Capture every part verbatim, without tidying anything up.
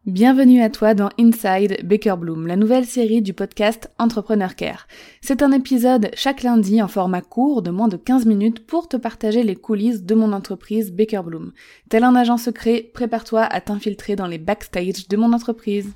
Bienvenue à toi dans Inside Baker Bloom, la nouvelle série du podcast Entrepreneur Care. C'est un épisode chaque lundi en format court de moins de quinze minutes pour te partager les coulisses de mon entreprise Baker Bloom. Tel un agent secret, prépare-toi à t'infiltrer dans les backstage de mon entreprise.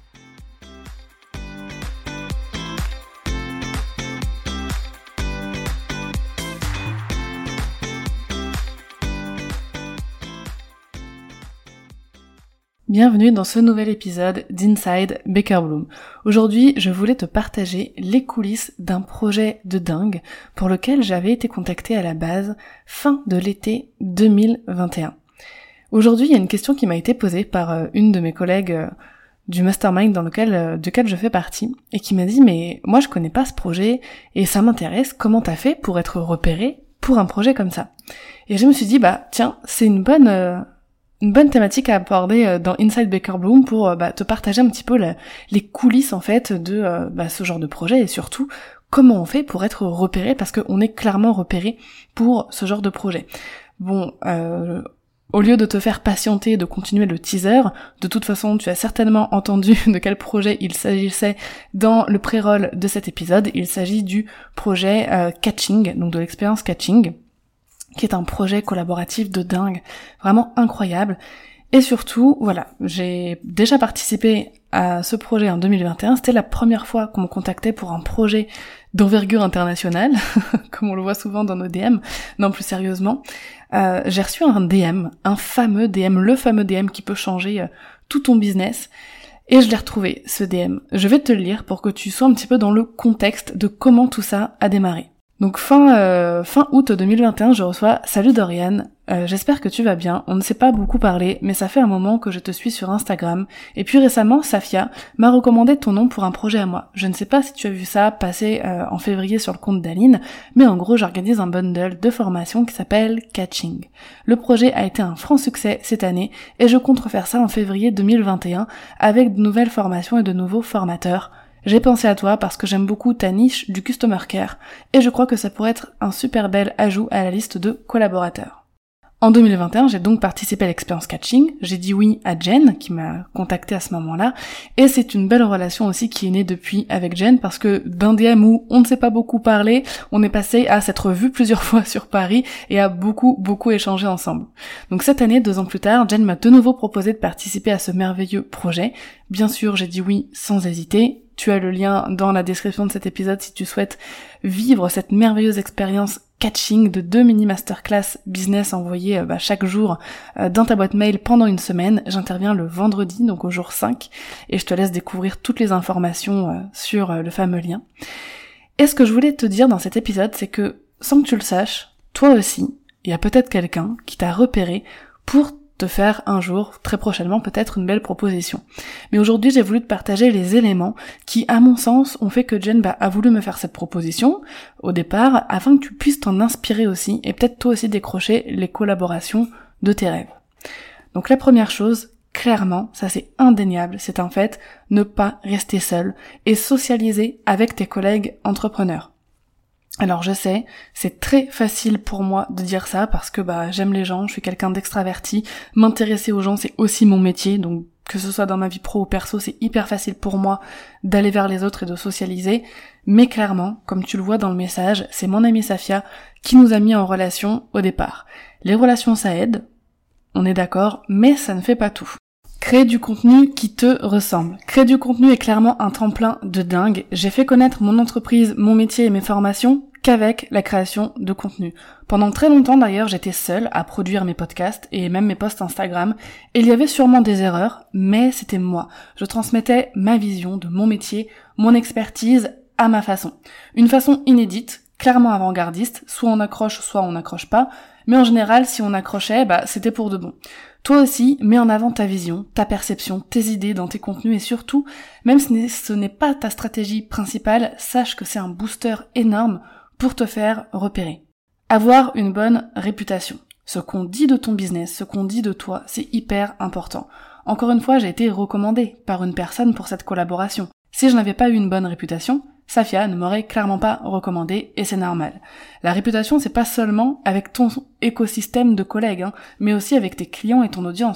Bienvenue dans ce nouvel épisode d'Inside Baker Bloom. Aujourd'hui, je voulais te partager les coulisses d'un projet de dingue pour lequel j'avais été contactée à la base fin de l'été deux mille vingt et un. Aujourd'hui, il y a une question qui m'a été posée par une de mes collègues du mastermind dans lequel, duquel je fais partie et qui m'a dit « Mais moi, je connais pas ce projet et ça m'intéresse, comment t'as fait pour être repérée pour un projet comme ça ?» Et je me suis dit « Bah tiens, c'est une bonne... Euh, Une bonne thématique à aborder dans Inside Baker Bloom pour bah, te partager un petit peu la, les coulisses en fait de euh, bah, ce genre de projet et surtout comment on fait pour être repéré parce qu'on est clairement repéré pour ce genre de projet. Bon, euh, au lieu de te faire patienter, de continuer le teaser, de toute façon tu as certainement entendu de quel projet il s'agissait dans le pré-roll de cet épisode. Il s'agit du projet euh, Catching, donc de l'expérience Catching, qui est un projet collaboratif de dingue, vraiment incroyable. Et surtout, voilà, j'ai déjà participé à ce projet en deux mille vingt et un, c'était la première fois qu'on me contactait pour un projet d'envergure internationale, comme on le voit souvent dans nos D M. Non, plus sérieusement, euh, j'ai reçu un D M, un fameux D M, le fameux D M qui peut changer euh, tout ton business, et je l'ai retrouvé, ce D M. Je vais te le lire pour que tu sois un petit peu dans le contexte de comment tout ça a démarré. Donc fin euh, fin août deux mille vingt et un, je reçois « Salut Dorian, euh, j'espère que tu vas bien, on ne s'est pas beaucoup parlé, mais ça fait un moment que je te suis sur Instagram, et puis récemment, Safia m'a recommandé ton nom pour un projet à moi. Je ne sais pas si tu as vu ça passer euh, en février sur le compte d'Aline, mais en gros j'organise un bundle de formation qui s'appelle Catching. Le projet a été un franc succès cette année, et je compte refaire ça en février deux mille vingt et un, avec de nouvelles formations et de nouveaux formateurs. J'ai pensé à toi parce que j'aime beaucoup ta niche du Customer Care et je crois que ça pourrait être un super bel ajout à la liste de collaborateurs. En deux mille vingt et un, j'ai donc participé à l'expérience Catching, j'ai dit oui à Jen qui m'a contacté à ce moment-là et c'est une belle relation aussi qui est née depuis avec Jen parce que d'un D M où on ne s'est pas beaucoup parlé, on est passé à s'être vu plusieurs fois sur Paris et à beaucoup beaucoup échanger ensemble. Donc cette année, deux ans plus tard, Jen m'a de nouveau proposé de participer à ce merveilleux projet. Bien sûr, j'ai dit oui sans hésiter. Tu as le lien dans la description de cet épisode si tu souhaites vivre cette merveilleuse expérience Catching de deux mini masterclass business envoyées euh, bah, chaque jour euh, dans ta boîte mail pendant une semaine. J'interviens le vendredi, donc au jour cinq, et je te laisse découvrir toutes les informations euh, sur euh, le fameux lien. Et ce que je voulais te dire dans cet épisode, c'est que sans que tu le saches, toi aussi, il y a peut-être quelqu'un qui t'a repéré pour te faire un jour, très prochainement, peut-être une belle proposition. Mais aujourd'hui, j'ai voulu te partager les éléments qui, à mon sens, ont fait que Jen bah, a voulu me faire cette proposition, au départ, afin que tu puisses t'en inspirer aussi, et peut-être toi aussi décrocher les collaborations de tes rêves. Donc la première chose, clairement, ça c'est indéniable, c'est en fait ne pas rester seul, et socialiser avec tes collègues entrepreneurs. Alors je sais, c'est très facile pour moi de dire ça parce que bah j'aime les gens, je suis quelqu'un d'extraverti, m'intéresser aux gens c'est aussi mon métier, donc que ce soit dans ma vie pro ou perso, c'est hyper facile pour moi d'aller vers les autres et de socialiser, mais clairement, comme tu le vois dans le message, c'est mon amie Safia qui nous a mis en relation au départ. Les relations ça aide, on est d'accord, mais ça ne fait pas tout. Créer du contenu qui te ressemble. Créer du contenu est clairement un tremplin de dingue. J'ai fait connaître mon entreprise, mon métier et mes formations qu'avec la création de contenu. Pendant très longtemps d'ailleurs, j'étais seule à produire mes podcasts et même mes posts Instagram. Et il y avait sûrement des erreurs, mais c'était moi. Je transmettais ma vision de mon métier, mon expertise à ma façon. Une façon inédite, clairement avant-gardiste, soit on accroche, soit on n'accroche pas. Mais en général, si on accrochait, bah c'était pour de bon. Toi aussi, mets en avant ta vision, ta perception, tes idées dans tes contenus et surtout, même si ce n'est pas ta stratégie principale, sache que c'est un booster énorme pour te faire repérer. Avoir une bonne réputation. Ce qu'on dit de ton business, ce qu'on dit de toi, c'est hyper important. Encore une fois, j'ai été recommandée par une personne pour cette collaboration. Si je n'avais pas eu une bonne réputation, Safia ne m'aurait clairement pas recommandé et c'est normal. La réputation, c'est pas seulement avec ton écosystème de collègues, hein, mais aussi avec tes clients et ton audience.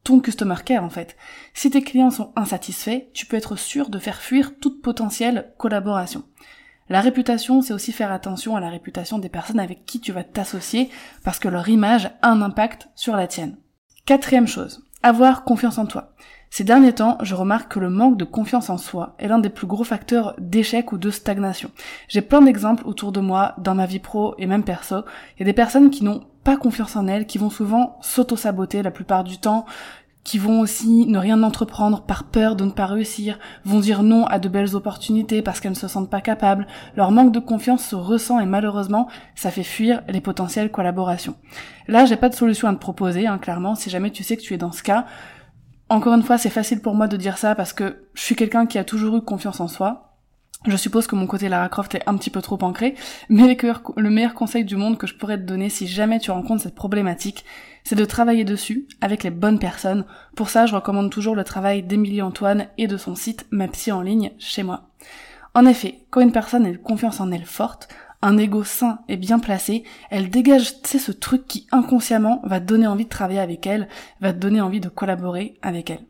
ton customer care en fait. Si tes clients sont insatisfaits, tu peux être sûr de faire fuir toute potentielle collaboration. La réputation, c'est aussi faire attention à la réputation des personnes avec qui tu vas t'associer parce que leur image a un impact sur la tienne. Quatrième chose, avoir confiance en toi. Ces derniers temps, je remarque que le manque de confiance en soi est l'un des plus gros facteurs d'échec ou de stagnation. J'ai plein d'exemples autour de moi, dans ma vie pro et même perso. Il y a des personnes qui n'ont pas confiance en elles, qui vont souvent s'auto-saboter la plupart du temps, qui vont aussi ne rien entreprendre par peur de ne pas réussir, vont dire non à de belles opportunités parce qu'elles ne se sentent pas capables. Leur manque de confiance se ressent et malheureusement, ça fait fuir les potentielles collaborations. Là, j'ai pas de solution à te proposer, hein, clairement, si jamais tu sais que tu es dans ce cas. Encore une fois, c'est facile pour moi de dire ça parce que je suis quelqu'un qui a toujours eu confiance en soi. Je suppose que mon côté Lara Croft est un petit peu trop ancré, mais le meilleur conseil du monde que je pourrais te donner si jamais tu rencontres cette problématique, c'est de travailler dessus avec les bonnes personnes. Pour ça, je recommande toujours le travail d'Émilie Antoine et de son site Ma Psy en ligne chez moi. En effet, quand une personne a une confiance en elle forte, un ego sain et bien placé, elle dégage, tu sais, ce truc qui inconsciemment va te donner envie de travailler avec elle, va te donner envie de collaborer avec elle.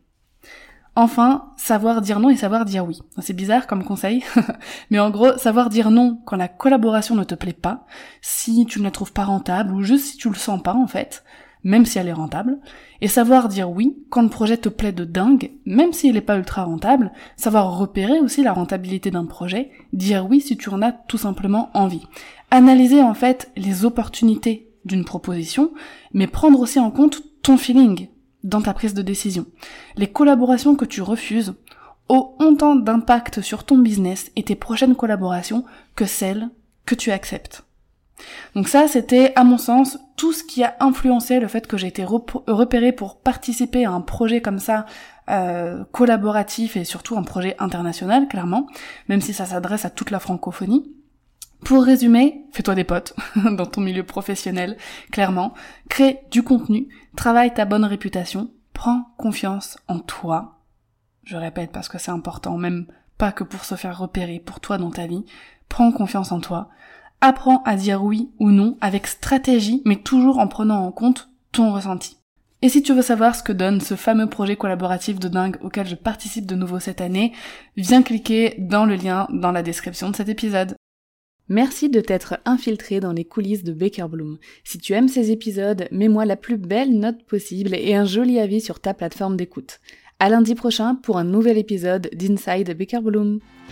Enfin, savoir dire non et savoir dire oui. C'est bizarre comme conseil, mais en gros, savoir dire non quand la collaboration ne te plaît pas, si tu ne la trouves pas rentable ou juste si tu le sens pas en fait, même si elle est rentable, et savoir dire oui quand le projet te plaît de dingue, même s'il n'est pas ultra rentable, savoir repérer aussi la rentabilité d'un projet, dire oui si tu en as tout simplement envie. Analyser en fait les opportunités d'une proposition, mais prendre aussi en compte ton feeling dans ta prise de décision. Les collaborations que tu refuses ont autant d'impact sur ton business et tes prochaines collaborations que celles que tu acceptes. Donc ça, c'était, à mon sens, tout ce qui a influencé le fait que j'ai été rep- repérée pour participer à un projet comme ça, euh, collaboratif et surtout un projet international, clairement, même si ça s'adresse à toute la francophonie. Pour résumer, fais-toi des potes dans ton milieu professionnel, clairement, crée du contenu, travaille ta bonne réputation, prends confiance en toi. Je répète parce que c'est important, même pas que pour se faire repérer, pour toi dans ta vie, prends confiance en toi. Apprends à dire oui ou non avec stratégie, mais toujours en prenant en compte ton ressenti. Et si tu veux savoir ce que donne ce fameux projet collaboratif de dingue auquel je participe de nouveau cette année, viens cliquer dans le lien dans la description de cet épisode. Merci de t'être infiltré dans les coulisses de Baker Bloom. Si tu aimes ces épisodes, mets-moi la plus belle note possible et un joli avis sur ta plateforme d'écoute. À lundi prochain pour un nouvel épisode d'Inside Baker Bloom.